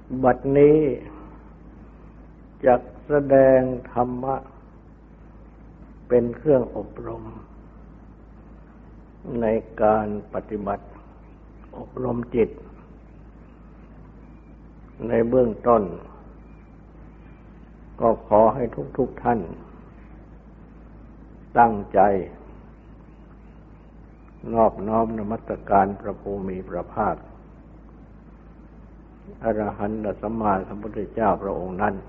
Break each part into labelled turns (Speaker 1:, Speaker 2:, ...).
Speaker 1: บัดนี้จักแสดงธรรมะเป็นเครื่องอบรมในการปฏิบัติอบรมจิตในเบื้องต้นก็ขอให้ทุกท่านตั้งใจนอบน้อมนมัสการพระภูมิพระภาคอรหันตสัมมาสัมพุทธเจ้าพระองค์นั้น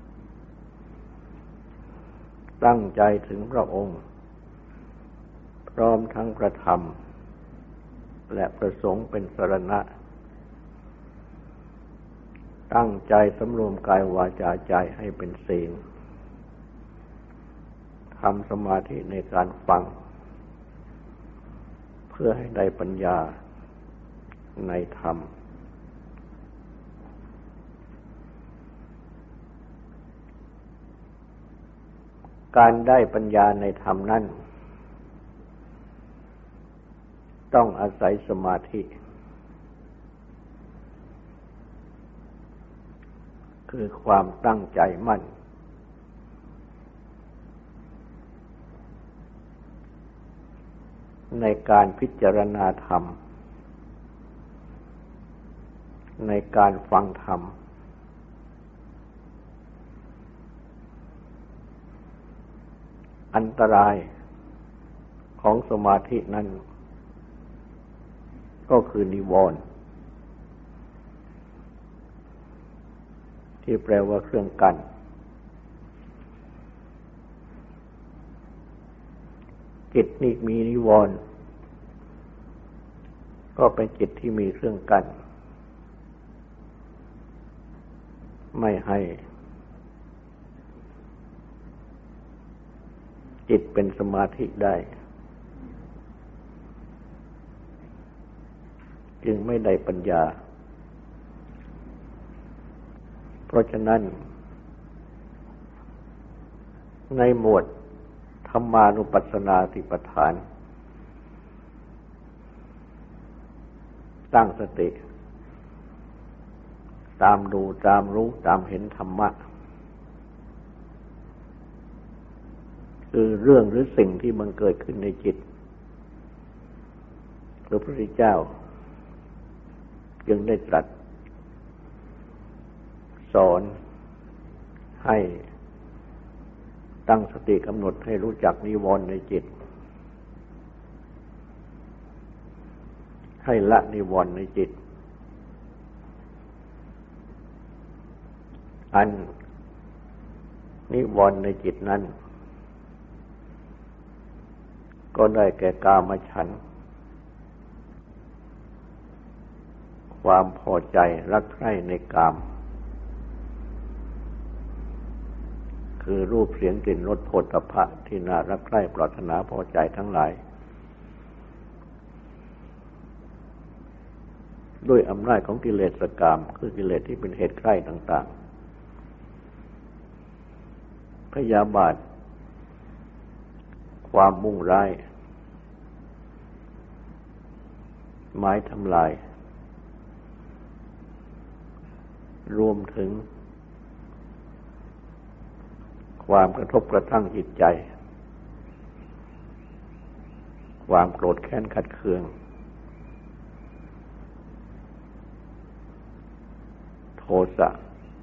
Speaker 1: ตั้งใจถึงพระองค์พร้อมทั้งพระธรรมและพระสงฆ์เป็นสรณะตั้งใจสำรวมกายวาจาใจให้เป็นศีลทำสมาธิในการฟังเพื่อให้ได้ปัญญาในธรรมการได้ปัญญาในธรรมนั้นต้องอาศัยสมาธิคือความตั้งใจมั่นในการพิจารณาธรรมในการฟังธรรมอันตรายของสมาธินั้นก็คือนิวรณ์ที่แปลว่าเครื่องกั้นจิตนี่มีนิวรณ์ก็เป็นจิตที่มีเครื่องกั้นไม่ให้จิตเป็นสมาธิได้จึงไม่ได้ปัญญาเพราะฉะนั้นในหมวดธรรมานุปัสสนาธิปทานตั้งสติตามดูตามรู้ตามเห็นธรรมะคือเรื่องหรือสิ่งที่มันเกิดขึ้นในจิตพระพุทธเจ้าจึงได้ตรัสสอนให้ตั้งสติกำหนดให้รู้จักนิวรณ์ในจิตให้ละนิวรณ์ในจิตอันนิวรณ์ในจิตนั้นก็ได้แก่กามฉันท์ความพอใจรักใคร่ในกามคือรูปเสียงกลิ่นรสโผฏฐัพพะที่น่ารักใคร่ปรารถนาพอใจทั้งหลายด้วยอำนาจของกิเลสกามคือกิเลสที่เป็นเหตุใคร่ต่างๆพยาบาทความมุ่งร้ายหมายทำลายรวมถึงความกระทบกระทั่งจิตใจความโกรธแค้นขัดเคืองโทสะ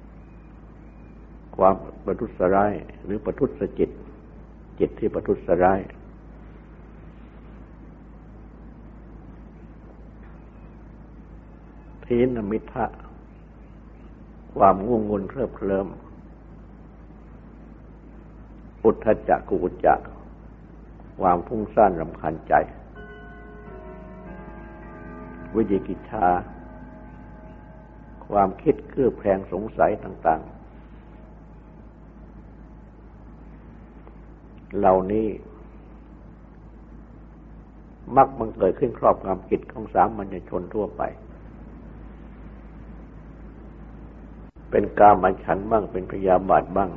Speaker 1: ความประทุษร้ายหรือประทุษจิตจิตที่ประทุษร้ายทีนมิทธะความง่วงงนเคลิบเคลิ้มอุทธัจจะกุกุจจะความฟุ้งซ่านรำคาญใจวิจิกิจฉาความคิดเครือบแคลงสงสัยต่างๆเหล่านี้มักบังเกิดขึ้นครอบงำจิตของสามัญชนทั่วไปเป็นกามฉันท์บ้างเป็นพยาบาทบ้าง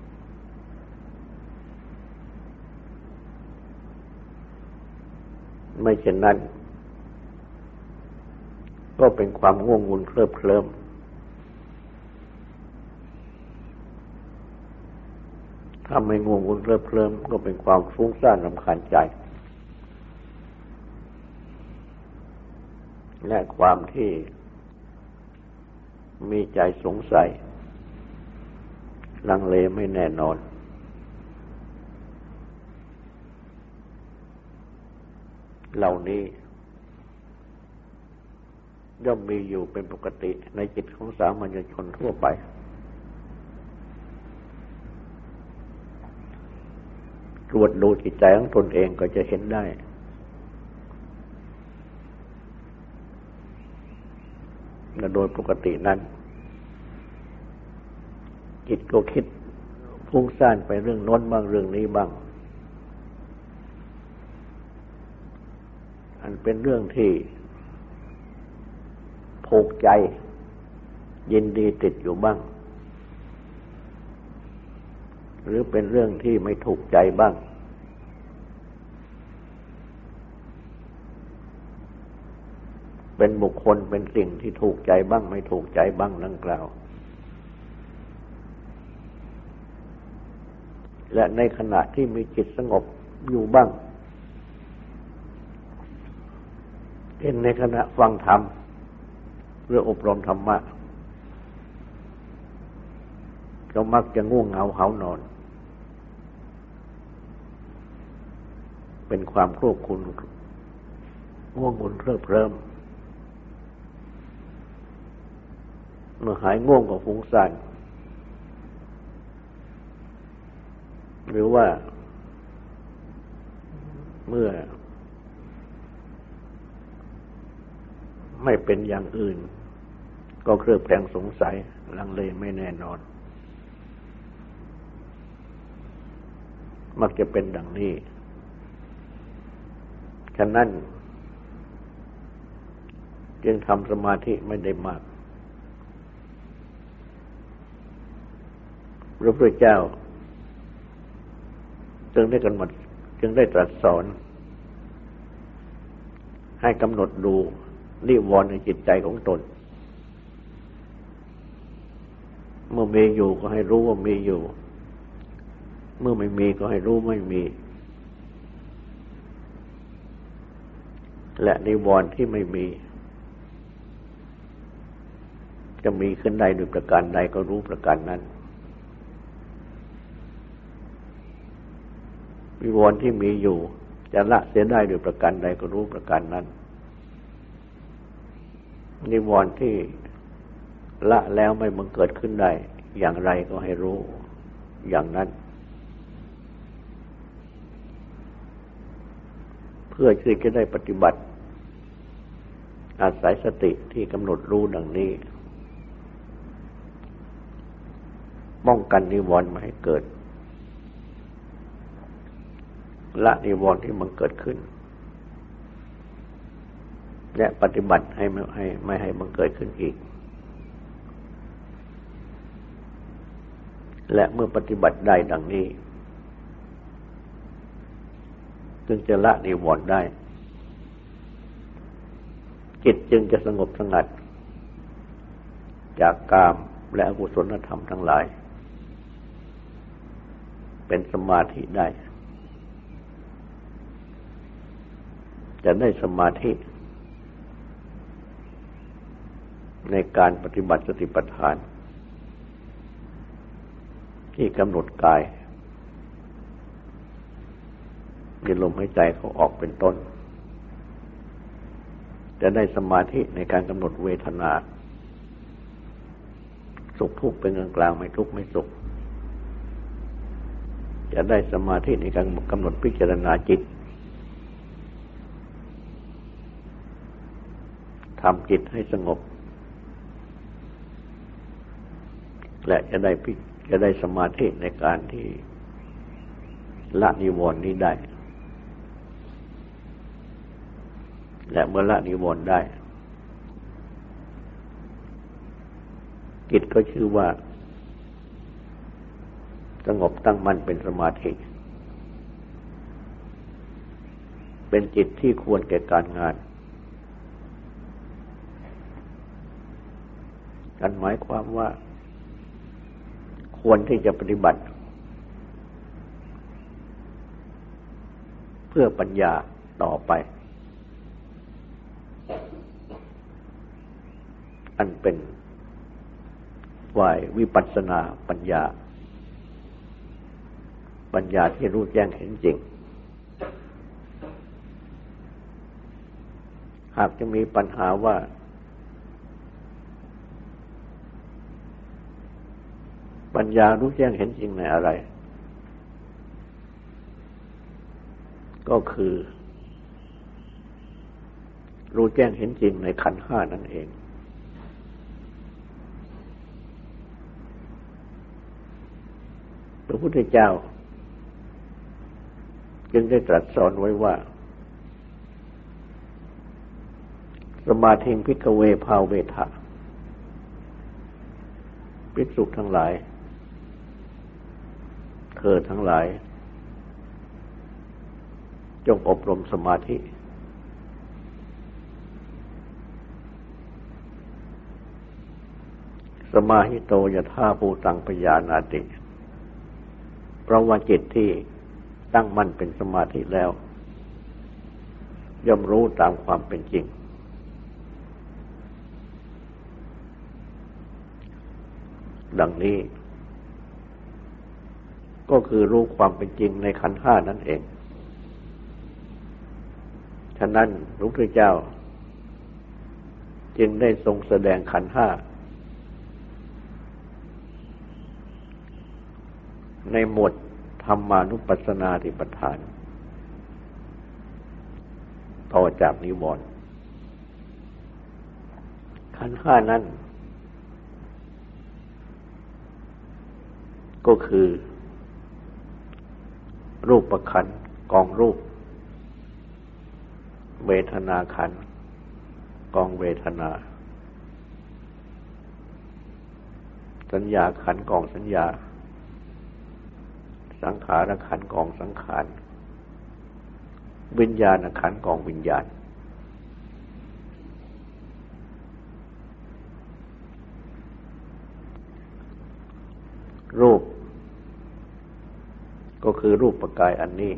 Speaker 1: ไม่เช่นนั้นก็เป็นความง่วงงุนเคลิบเคลิ้ม เถ้าไม่ง่วงวุ่นเคลิ้มก็เป็นความฟุ้งซ่านรำคาญใจและความที่มีใจสงสัยลังเลไม่แน่นอนเหล่านี้ย่อมมีอยู่เป็นปกติในจิตของสามัญชนทั่วไปตรวจดูจิตใจของตนเองก็จะเห็นได้และโดยปกตินั้นจิตก็คิดฟุ้งซ่านไปเรื่องโน้นบ้างเรื่องนี้บ้างอันเป็นเรื่องที่ผูกใจยินดีติดอยู่บ้างหรือเป็นเรื่องที่ไม่ถูกใจบ้างเป็นบุคคลเป็นสิ่งที่ถูกใจบ้างไม่ถูกใจบ้างดังกล่าวและในขณะที่มีจิตสงบอยู่บ้างเช่นในขณะฟังธรรมหรืออบรมธรรมะก็มักจะง่วงเหงาหาวนอนเป็นความโคลกคลุ้นง่วงวุ่นเคลิ้มเมื่อหายง่วงก็ฟุ้งซ่านหรือว่าเมื่อไม่เป็นอย่างอื่นก็เครือบแคลงสงสัยลังเลไม่แน่นอนมักจะเป็นดังนี้ฉะนั้นจึงทำสมาธิไม่ได้มากพระพุทธเจ้าจึงได้ตรัสสอนให้กำหนดดูนิวรณ์ในจิตใจของตนเมื่อมีอยู่ก็ให้รู้ว่ามีอยู่เมื่อไม่มีก็ให้รู้ไม่มีและนิวรณ์ที่ไม่มีจะมีขึ้นใดด้วยประการใดก็รู้ประการนั้นนิวรณ์ที่มีอยู่จะละเสียได้ด้วยประการใดก็รู้ประการนั้นนิวรณ์ที่ละแล้วไม่บังเกิดขึ้นได้อย่างไรก็ให้รู้อย่างนั้นเพื่อที่จะได้ปฏิบัติอาศัยสติที่กำหนดรู้ดังนี้ป้องกันนิวรณ์ไม่ให้เกิดละนิวรณ์ที่มันเกิดขึ้นและปฏิบัติให้ไม่ให้มันเกิดขึ้นอีกและเมื่อปฏิบัติได้ดังนี้จึงจะละนิวรณ์ได้จิตจึงจะสงบสงัดจากกามและอกุศลธรรมทั้งหลายเป็นสมาธิได้จะได้สมาธิในการปฏิบัติสติปัฏฐานที่กำหนดกายมีลมหายใจเข้าออกเป็นต้นจะได้สมาธิในการกำหนดเวทนาสุขทุกข์เป็นกลางๆไม่ทุกข์ไม่สุขจะได้สมาธิในการกำหนดพิจารณาจิตทำจิตให้สงบและจะได้สมาธิในการที่ละนิวรณ์นี้ได้และเมื่อละนิวรณ์ได้จิตก็ชื่อว่าสงบตั้งมั่นเป็นสมาธิเป็นจิตที่ควรแก่การงานกันหมายความว่าควรที่จะปฏิบัติพื่อปัญญาต่อไปอันเป็นฝ่ายวิปัสสนาปัญญาที่รู้แจ้งเห็นจริงหากจะมีปัญหาว่าปัญญารู้แจ้งเห็นจริงในอะไรก็คือรู้แจ้งเห็นจริงในขันธ์ห้านั่นเองพระพุทธเจ้าจึงได้ตรัสสอนไว้ว่าสมาธิภิกขเวภาเวทะภิกษุทั้งหลายเธอทั้งหลายจงอบรมสมาธิสมาหิโตยถาภูตังปญานาติเพราะว่าจิตที่ตั้งมั่นเป็นสมาธิแล้วย่อมรู้ตามความเป็นจริงดังนี้ก็คือรู้ความเป็นจริงในขันธ์ห้านั่นเองฉะนั้นพระพุทธเจ้าจึงได้ทรงแสดงขันธ์ห้าในหมวดธรรมานุปัสสนาธิปทานต่อจากนิวรณ์ขันธ์ห้านั้นก็คือรูปขันธ์กองรูปเวทนาขันธ์กองเวทนาสัญญาขันธ์กองสัญญาสังขารขันธ์กองสังขารวิญญาณขันธ์กองวิญญาณรูปก็คือรูปประกายอันนี้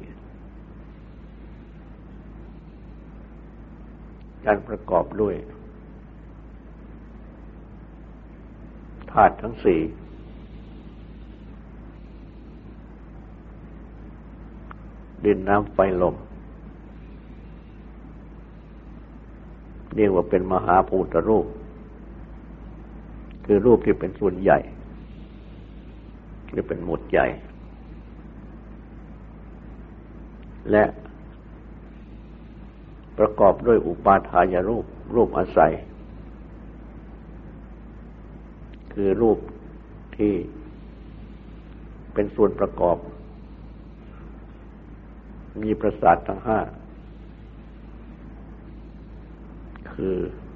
Speaker 1: การประกอบด้วยธาตุทั้งสี่ดินน้ำไฟลมเรียกว่าเป็นมหาภูตรูปคือรูปที่เป็นส่วนใหญ่หรือเป็นหมวดใหญ่และประกอบด้วยอุปาทายรูปรูปอาศัยคือรูปที่เป็นส่วนประกอบมีประสาททั้งห้าคือ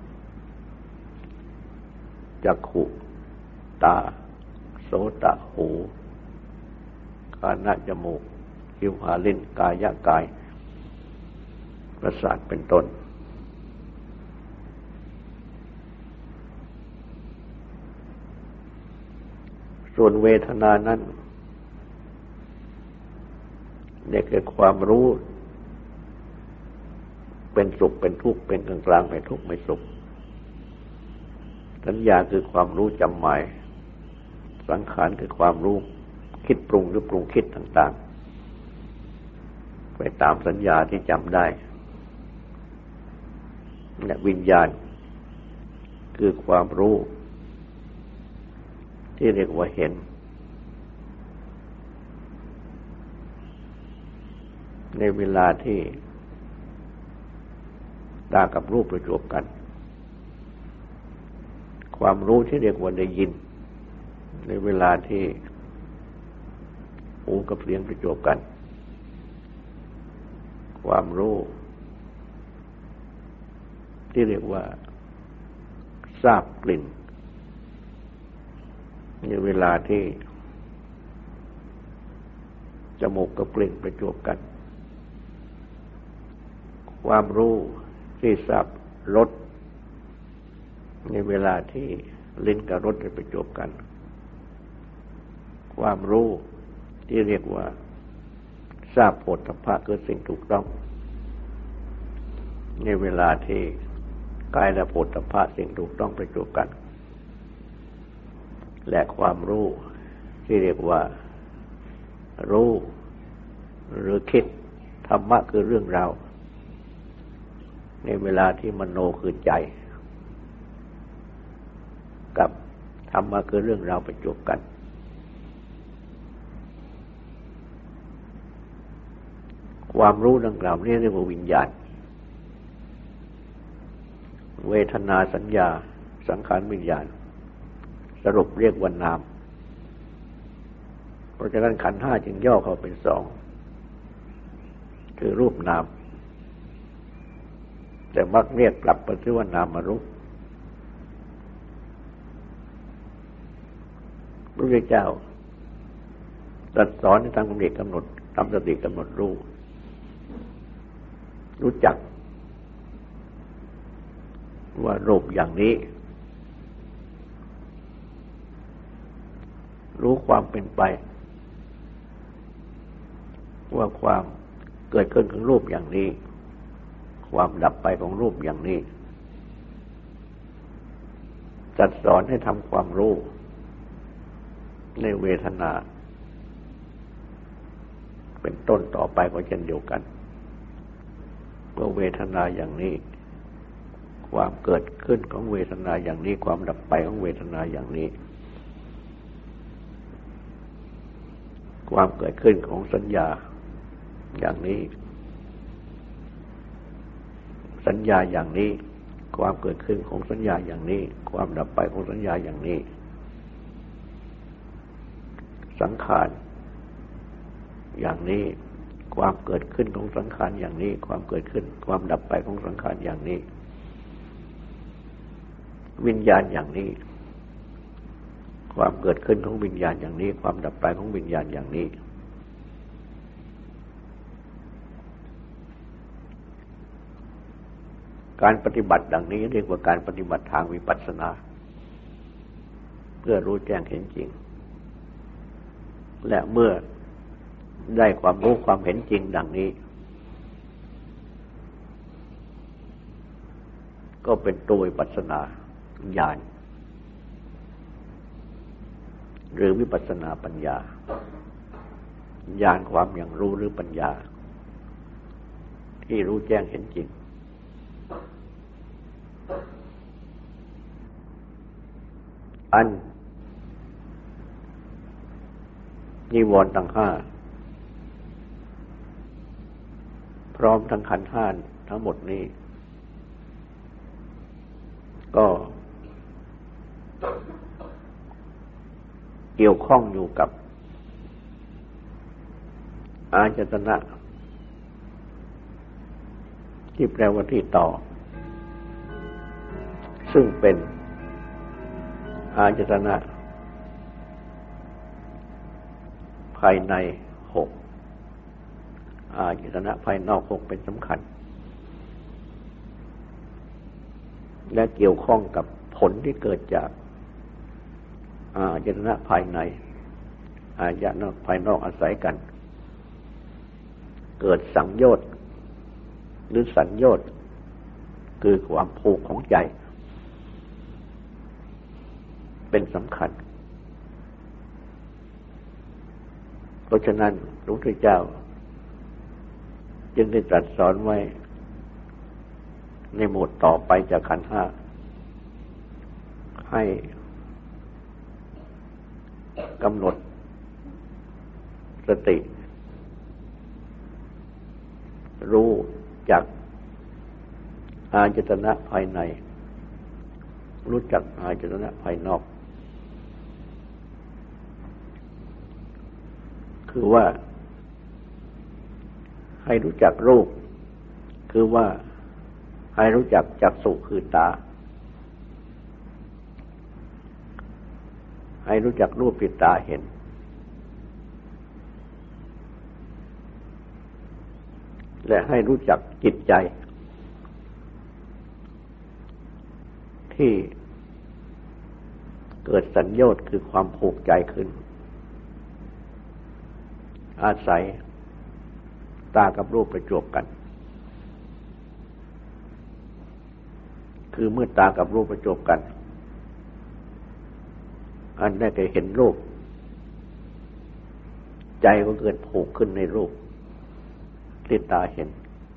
Speaker 1: จักขุตาโสตหูฆานะจมูกชิวหาลิ้นกายกายประสาทเป็นต้นส่วนเวทนานั้นเนี่ยคือความรู้เป็นสุขเป็นทุกข์เป็นกลางกลางไม่ทุกข์ไม่สุขสัญญาคือความรู้จำหมายสังขารคือความรู้คิดปรุงหรือปรุงคิดต่างๆไปตามสัญญาที่จำได้และวิญญาณคือความรู้ที่เรียกว่าเห็นในเวลาที่ตากับรูปประจวบกันความรู้ที่เรียกว่าได้ยินในเวลาที่หูกับเสียงประจวบกันความรู้ที่เรียกว่าทราบกลิ่นในเวลาที่จมูกกับกลิ่นประจวบกันความรู้ที่ทราบรสในเวลาที่ลิ้นกับรสได้ประจวบกันความรู้ที่เรียกว่าทราบโผฏฐัพพะคือสิ่งถูกต้องในเวลาที่กายและโผฏฐัพพะสิ่งถูกต้องประจวบกันและความรู้ที่เรียกว่ารู้หรือคิดธรรมะคือเรื่องราวในเวลาที่มโนคือใจกับธรรมะคือเรื่องราวประจวบกันความรู้ดังกล่าวนี้เรียกว่าวิญญาณเวทนาสัญญาสังขารวิญญาณสรุปเรียกว่านามเพราะฉะนั้นขันธ์ห้าจึงย่อเข้าเป็นสองคือรูปนามแต่มักเรียกกลับไปที่ว่านามรูปพระพุทธเจ้าตรัสสอนในทางกำหนดทำสติกำหนดรู้จักว่ารูปอย่างนี้รู้ความเป็นไปว่าความเกิดขึ้นของรูปอย่างนี้ความดับไปของรูปอย่างนี้จัดสอนให้ทำความรู้ในเวทนาเป็นต้นต่อไปก็เช่นเดียวกันว่าเวทนาอย่างนี้ความเกิดขึ้นของเวทนาอย่างนี้ความดับไปของเวทนาอย่างนี้ความเกิดขึ้นของสัญญาอย่างนี้สัญญาอย่างนี้ความเกิดขึ้นของสัญญาอย่างนี้ความดับไปของสัญญาอย่างนี้สังขารอย่างนี้ความเกิดขึ้นของสังขารอย่างนี้ความเกิดขึ้นความดับไปของสังขารอย่างนี้วิญญาณอย่างนี้ความเกิดขึ้นของวิญญาณอย่างนี้ความดับไปของวิญญาณอย่างนี้การปฏิบัติดังนี้เรียกว่าการปฏิบัติทางวิปัสสนาเพื่อรู้แจ้งเห็นจริงและเมื่อได้ความรู้ความเห็นจริงดังนี้ก็เป็นตัววิปัสสนาญาณหรือวิปัสสนาปัญญาญาณความอย่างรู้หรือปัญญาที่รู้แจ้งเห็นจริงอันนิวรณ์ทั้งห้าพร้อมทั้งขันธ์ห้าทั้งหมดนี้ก็เกี่ยวข้องอยู่กับอาจตนะที่แปลว่าที่ต่อซึ่งเป็นอาจตนะภายในหกอาจตนะภายนอกหกเป็นสำคัญและเกี่ยวข้องกับผลที่เกิดจากอาจตนะภายในอาจตนะภายนอกอาศัยกันเกิดสังโยชน์หรือสัญโยชน์คือความผูกของใจเป็นสำคัญเพราะฉะนั้นพระพุทธเจ้าจึงได้ตรัสสอนไว้ในหมวดต่อไปจากขันธ์ห้าให้กำหนดสติรู้จักอาจตนะภายในรู้จักอาจตนะภายนอกคือว่าให้รู้จักรูปคือว่าให้รู้จักจักษุคือตาให้รู้จักรูปที่ตาเห็นและให้รู้จักจิตใจที่เกิดสัญโยชน์คือความผูกใจขึ้นอาศัยตากับรูปประจวบกันคือเมื่อตากับรูปประจวบกันอันได้แก่เห็นรูปใจก็เกิดผูกขึ้นในรูปที่ตาเห็น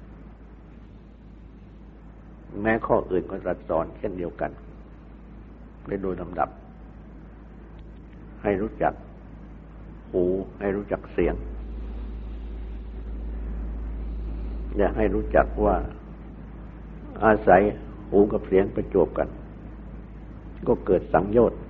Speaker 1: แม้ข้ออื่นก็ตรัสสอนเช่นเดียวกันโดยลำดับให้รู้จักหูให้รู้จักเสียงและให้รู้จักว่าอาศัยหูกับเสียงประจวบกันก็เกิดสังโยชน์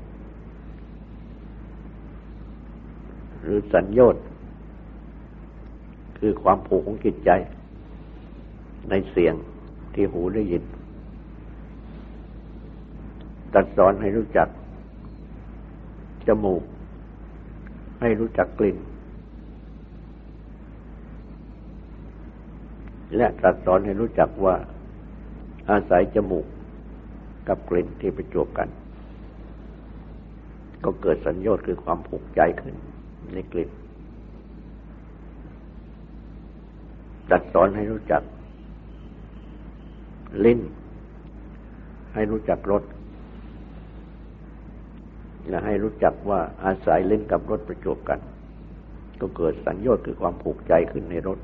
Speaker 1: หรือสัญโยชน์คือความผูกของจิตใจในเสียงที่หูได้ยินตรัสสอนให้รู้จักจมูกให้รู้จักกลิ่นและตรัสสอนให้รู้จักว่าอาศัยจมูกกับกลิ่นที่ประจวบกันก็เกิดสัญโยชน์คือความผูกใจขึ้นในกลิ่นตรัสสอนให้รู้จักลิ้นให้รู้จักรสและให้รู้จักว่าอาศัยลิ้นกับรสประจวบกันก็เกิดสัญโยชน์คือความผูกใจขึ้นในรส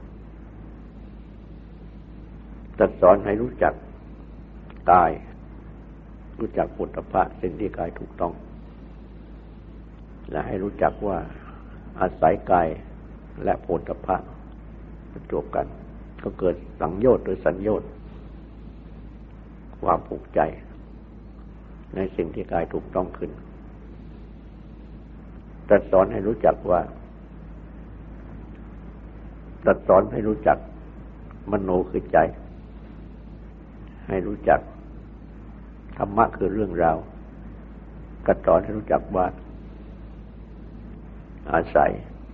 Speaker 1: ตรัสสอนให้รู้จักกายรู้จักโผฏฐัพพะสิ่งที่กายถูกต้องและให้รู้จักว่าอาศัยกายและโผฏฐัพพะประจวบกันก็เกิดสังโยชน์หรือสัญโยชน์ความผูกใจในสิ่งที่กายถูกต้องขึ้นตรัสสอนให้รู้จักว่าตรัสสอนให้รู้จักมโนคือใจให้รู้จักธรรมะคือเรื่องราวตรัสสอนให้รู้จักว่าอาศัย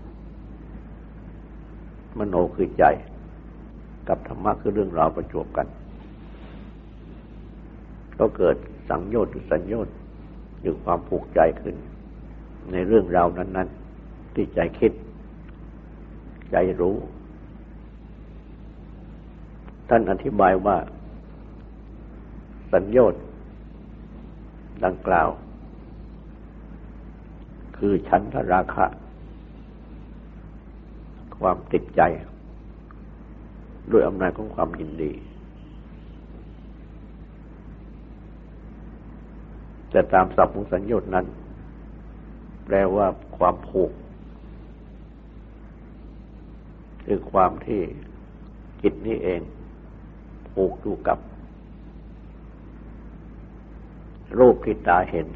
Speaker 1: มโนคือใจกับธรรมะคือเรื่องราวประจวบกันก็เกิดสังโยชน์หรือสัญโยชน์หรือความผูกใจขึ้นในเรื่องราวนั้นๆที่ใจคิดใจรู้ท่านอธิบายว่าสัญโยชน์ดังกล่าวคือฉันทราคะความติดใจด้วยอำนาจของความยินดีแต่ตามศัพท์ของสัญโยชน์นั้นแปลว่าความผูกคือความที่จิตนี้เองผูกอยู่กับรูปที่ตาเห็น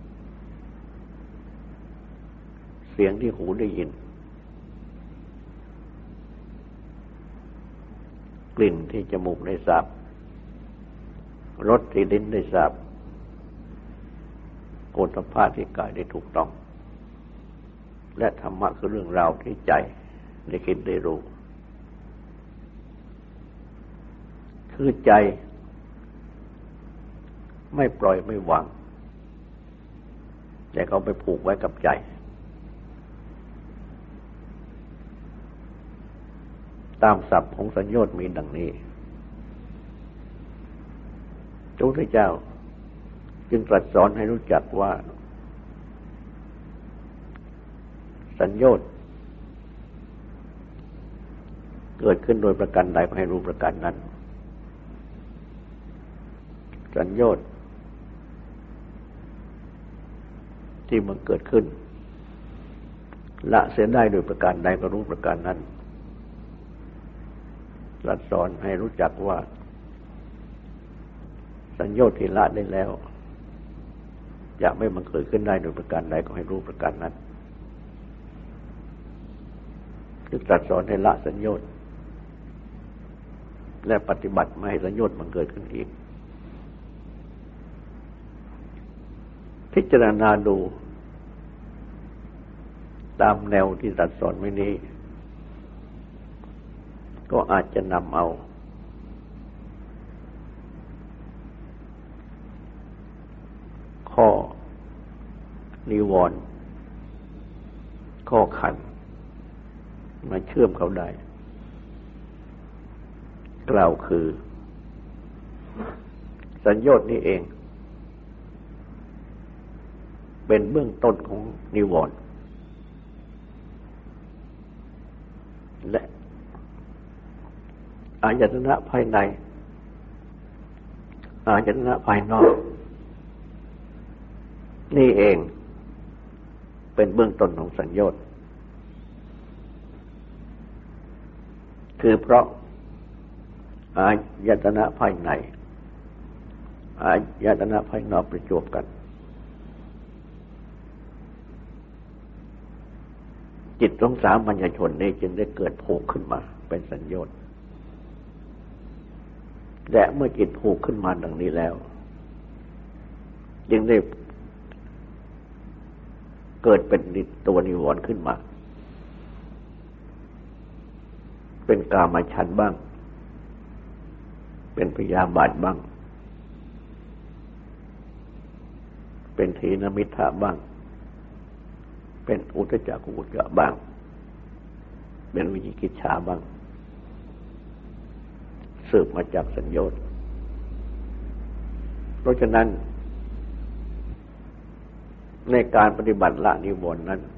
Speaker 1: เสียงที่หูได้ยินกลิ่นที่จมูกได้สัมผัสรสที่ลิ้นได้สัมผัสโผฏฐัพพะที่กายได้ถูกต้องและธรรมะคือเรื่องราวที่ใจได้คิดได้รู้คือใจไม่ปล่อยไม่วางแต่เขาไปผูกไว้กับใจตามศัพท์ของสัญโยชน์มีดังนี้พระพุทธเจ้าจึงตรัสสอนให้รู้จักว่าสัญโยชน์เกิดขึ้นโดยประการใดก็ให้รู้ประการนั้นสัญโยชน์ที่มันเกิดขึ้นละเสียได้โดยประการใดก็รู้ประการนั้นตรัสสอนให้รู้จักว่าสัญโยชน์ที่ละได้แล้วจะไม่บังเกิดขึ้นได้โดยประการใดก็ให้รู้ประการนั้นคือตรัสสอนให้ละสัญโยชน์และปฏิบัติไม่ให้สัญโยชน์มันเกิดขึ้นอีกพิจารณาดูตามแนวที่ตรัสสอนไว้นี้ก็อาจจะนำเอาข้อนิวรณ์ข้อขันธ์มาเชื่อมเขาได้กล่าวคือสัญโยชน์นี้เองเป็นเบื้องต้นของนิวรณ์และอายตนะภายในอายตนะภายนอกนี่เองเป็นเบื้องต้นของสัญโยชน์คือเพราะอายตนะภายในอายตนะภายนอกประจวบกันจิตของสามัญชนนี้จึงได้เกิดผูกขึ้นมาเป็นสัญโยชน์และเมื่อจิตผูกขึ้นมาดังนี้แล้วจึงได้เกิดเป็นตัวนิวรณ์ขึ้นมาเป็นกามฉันท์บ้างเป็นพยาบาทบ้างเป็นถีนมิทธะบ้างเป็นอุทธัจจกุกุจจะบ้างเป็นวิจิกิจฉาบ้างสืบมาจากสัญโยชน์เพราะฉะนั้นในการปฏิบัติละนิวรณ์นั้น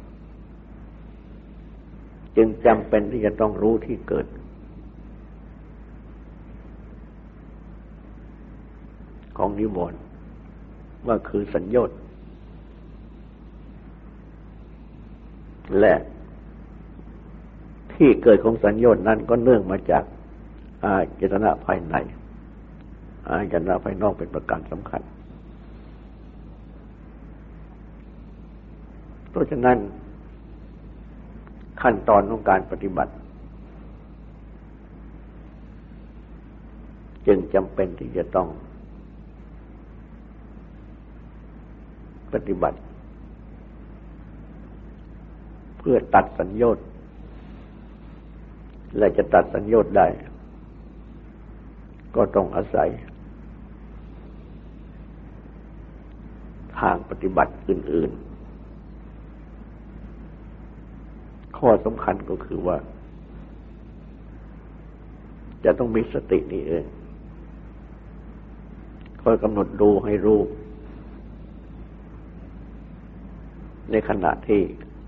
Speaker 1: จึงจำเป็นที่จะต้องรู้ที่เกิดของนิวรณ์ว่าคือสัญโยชน์และที่เกิดของสัญโยชน์นั้นก็เนื่องมาจากอายตนะภายในอายตนะภายนอกเป็นประการสำคัญเพราะฉะนั้นขั้นตอนของการปฏิบัติจึงจำเป็นที่จะต้องปฏิบัติเพื่อตัดสัญโยชน์และจะตัดสัญโยชน์ได้ก็ต้องอาศัยทางปฏิบัติอื่นๆข้อสำคัญก็คือว่าจะต้องมีสตินี่เองคอยกำหนดดูให้รู้ในขณะที่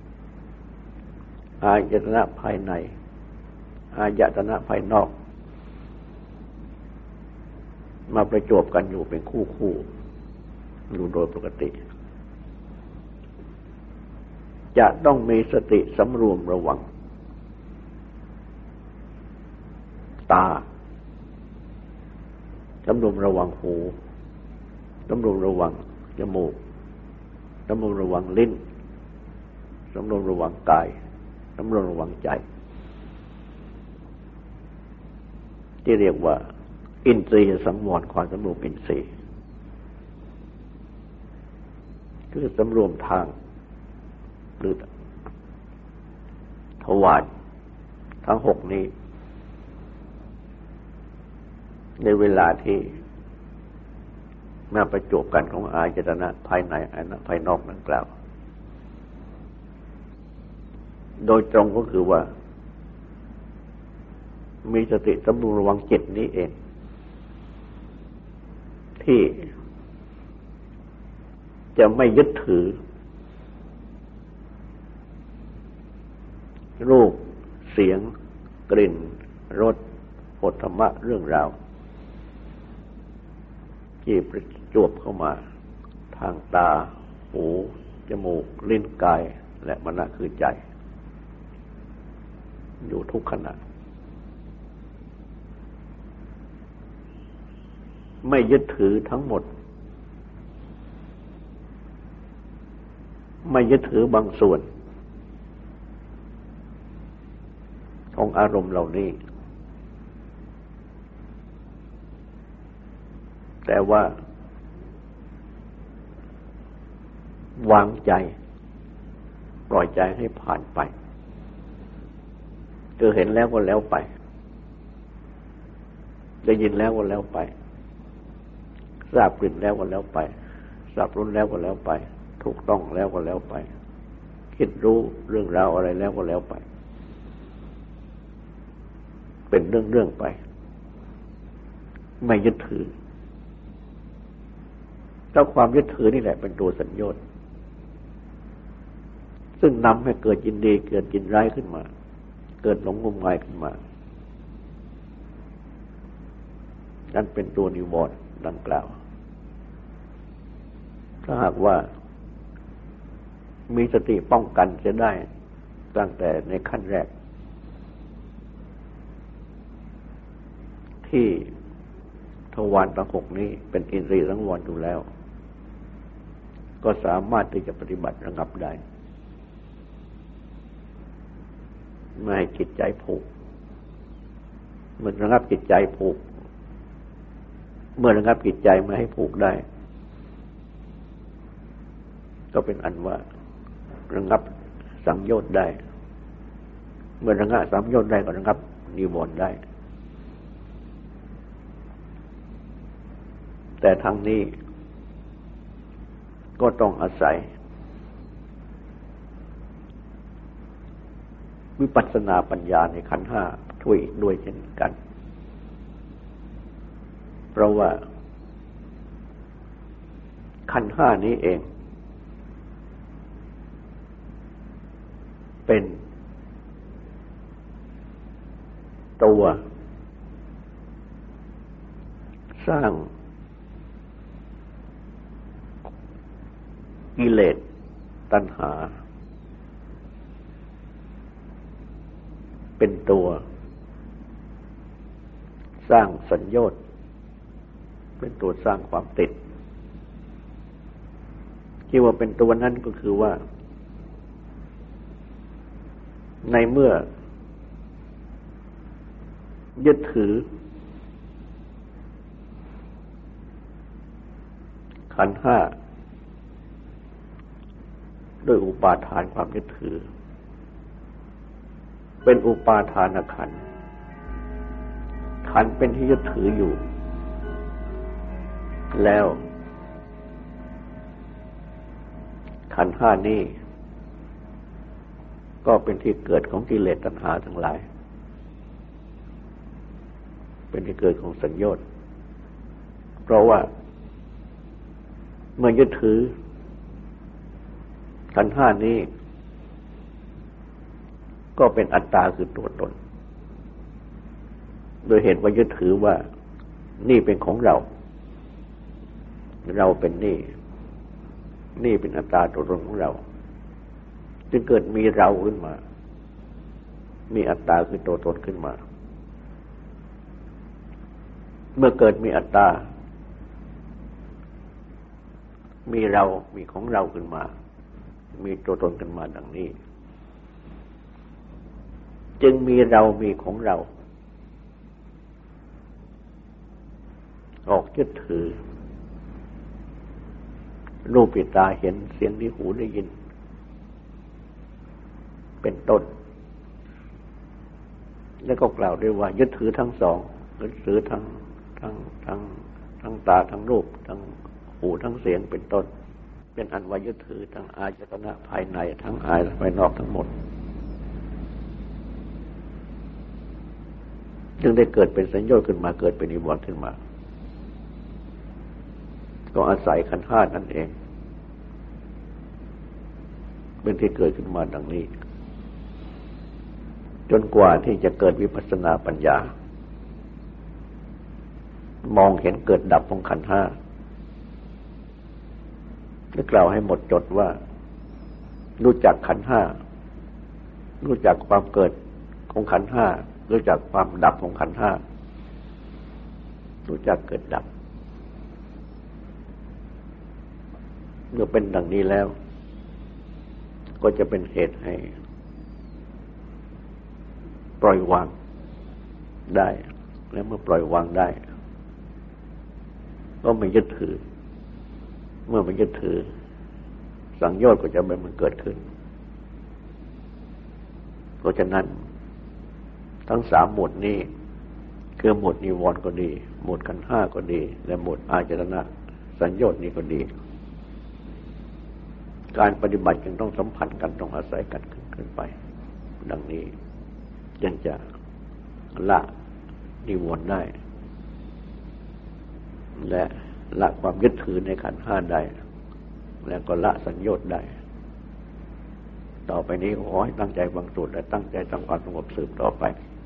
Speaker 1: อายตนะภายในอายตนะภายนอกมาประจวบกันอยู่เป็นคู่ๆอยู่โดยปกติจะต้องมีสติสำรวมระวังตาสำรวมระวังหูสำรวมระวังจมูกสำรวมระวังลิ้นสำรวมระวังกายสำรวมระวังใจที่เรียกว่าอินทรีย์สังวรความสำรวมอินทรีย์คือสำรวมทางหรือทวารทั้งหกนี้ในเวลาที่มาประจวบกันของอายตนะภายในอายตนะภายนอกดังกล่าวโดยตรงก็คือว่ามีสติสำรวมระวังจิตนี้เองที่จะไม่ยึดถือรูปเสียงกลิ่นรสโผฏฐัมภะเรื่องราวที่ประจวบเข้ามาทางตาหูจมูกลิ้นกายและมโนคือใจอยู่ทุกขณะไม่ยึดถือทั้งหมดไม่ยึดถือบางส่วนของอารมณ์เหล่านี้แต่ว่าวางใจปล่อยใจให้ผ่านไปคือเห็นแล้วก็แล้วไปได้ยินแล้วก็แล้วไปทราบกลิ่นแล้วก็แล้วไปทราบรสแล้วก็แล้วไปถูกต้องแล้วก็แล้วไปคิดรู้เรื่องราวอะไรแล้วก็แล้วไปเป็นเรื่องๆไปไม่ยึดถือแล้วความยึดถือนี่แหละเป็นตัวสัญญาซึ่งนำให้เกิดยินดีเกิดยินร้ายขึ้นมาเกิดหลงงมงายขึ้นมานั่นเป็นตัวนิวรณ์ดังกล่าวถ้าหากว่ามีสติป้องกันจะได้ตั้งแต่ในขั้นแรกที่ทวารทั้งหกนี้เป็นอินทรีย์สังวรอยู่แล้วก็สามารถที่จะปฏิบัติระงับได้ไม่ให้จิตใจผูกเมื่อระงับจิตใจผูกเมื่อระงับจิตใจไม่ให้ผูกได้ก็เป็นอันว่าระงับสังโยชน์ได้เมื่อระงับสังโยชน์ได้ก็ระงับนิวรณ์ได้แต่ทั้งนี้ก็ต้องอาศัยวิปัสสนาปัญญาในขันธ์ห้าช่วยอีกด้วยเช่นกันเพราะว่าขันธ์ห้านี้เองเป็นตัวสร้างกิเลสตัณหาเป็นตัวสร้างสัญญาเป็นตัวสร้างความติดที่ว่าเป็นตัวนั้นก็คือว่าในเมื่อยึดถือขันธ์ห้าโดยอุปาทานความยึดถือเป็นอุปาทานขันธ์ขันธ์เป็นที่ยึดถืออยู่แล้วขันธ์ห้านี้ก็เป็นที่เกิดของกิเลสตัณหาทั้งหลายเป็นที่เกิดของสัญญาเพราะว่าเมื่อยึดถือขันธ์ห้านี้ก็เป็นอัตตาคือตัวตนโดยเหตุว่ายึดถือว่านี่เป็นของเราเราเป็นนี่เป็นอัตตาตัวตนของเราจึงเกิดมีเราขึ้นมามีอัตตาคือตัวตนขึ้นมาเมื่อเกิดมีอัตตามีเรามีของเราขึ้นมามีตัวตนขึ้นมาดังนี้จึงมีเรามีของเราออกยึดถือรูปตาเห็นเสียงที่หูได้ยินเป็นต้นแล้วก็กล่าวด้วยว่ายึดถือทั้งสองยึดถือทั้งตาทั้งรูปทั้งหูทั้งเสียงเป็นต้นเป็นอันว่ายึดถือทั้งอายตนะภายในทั้งอายภายนอกทั้งหมดจึงได้เกิดเป็นสัญญาขึ้นมาเกิดเป็นนิวรณ์ขึ้นมาก็อาศัยขันธ์ห้านั่นเองเป็นที่เกิดขึ้นมาดังนี้จนกว่าที่จะเกิดวิปัสสนาปัญญามองเห็นเกิดดับของขันธ์ห้าและกล่าวให้หมดจดว่ารู้จักขันธ์ห้ารู้จักความเกิดของขันธ์ห้ารู้จักความดับของขันธ์ห้ารู้จักเกิดดับเมื่อเป็นดังนี้แล้วก็จะเป็นเหตุให้ปล่อยวางได้และเมื่อปล่อยวางได้ก็ไม่ยึดถือเมื่อไม่ยึดถือสังโยชน์ก็จะไม่มันเกิดขึ้นเพราะฉะนั้นทั้งสามหมวดนี้คือหมวดนิวรณ์ก็ดีหมวดขันธ์ห้าก็ดีและหมวดอายตนะสัญญานี้ก็ดีการปฏิบัติจึงต้องสัมพันธ์กันต้องอาศัยกันขึ้นไปดังนี้จึงจะละนิวรณ์ได้และละความยึดถือในขันธ์ห้าได้แล้วก็ละสัญญาได้ต่อไปนี้ขอให้ตั้งใจฟังสูตรและตั้งใจทำความสงบสืบต่อไป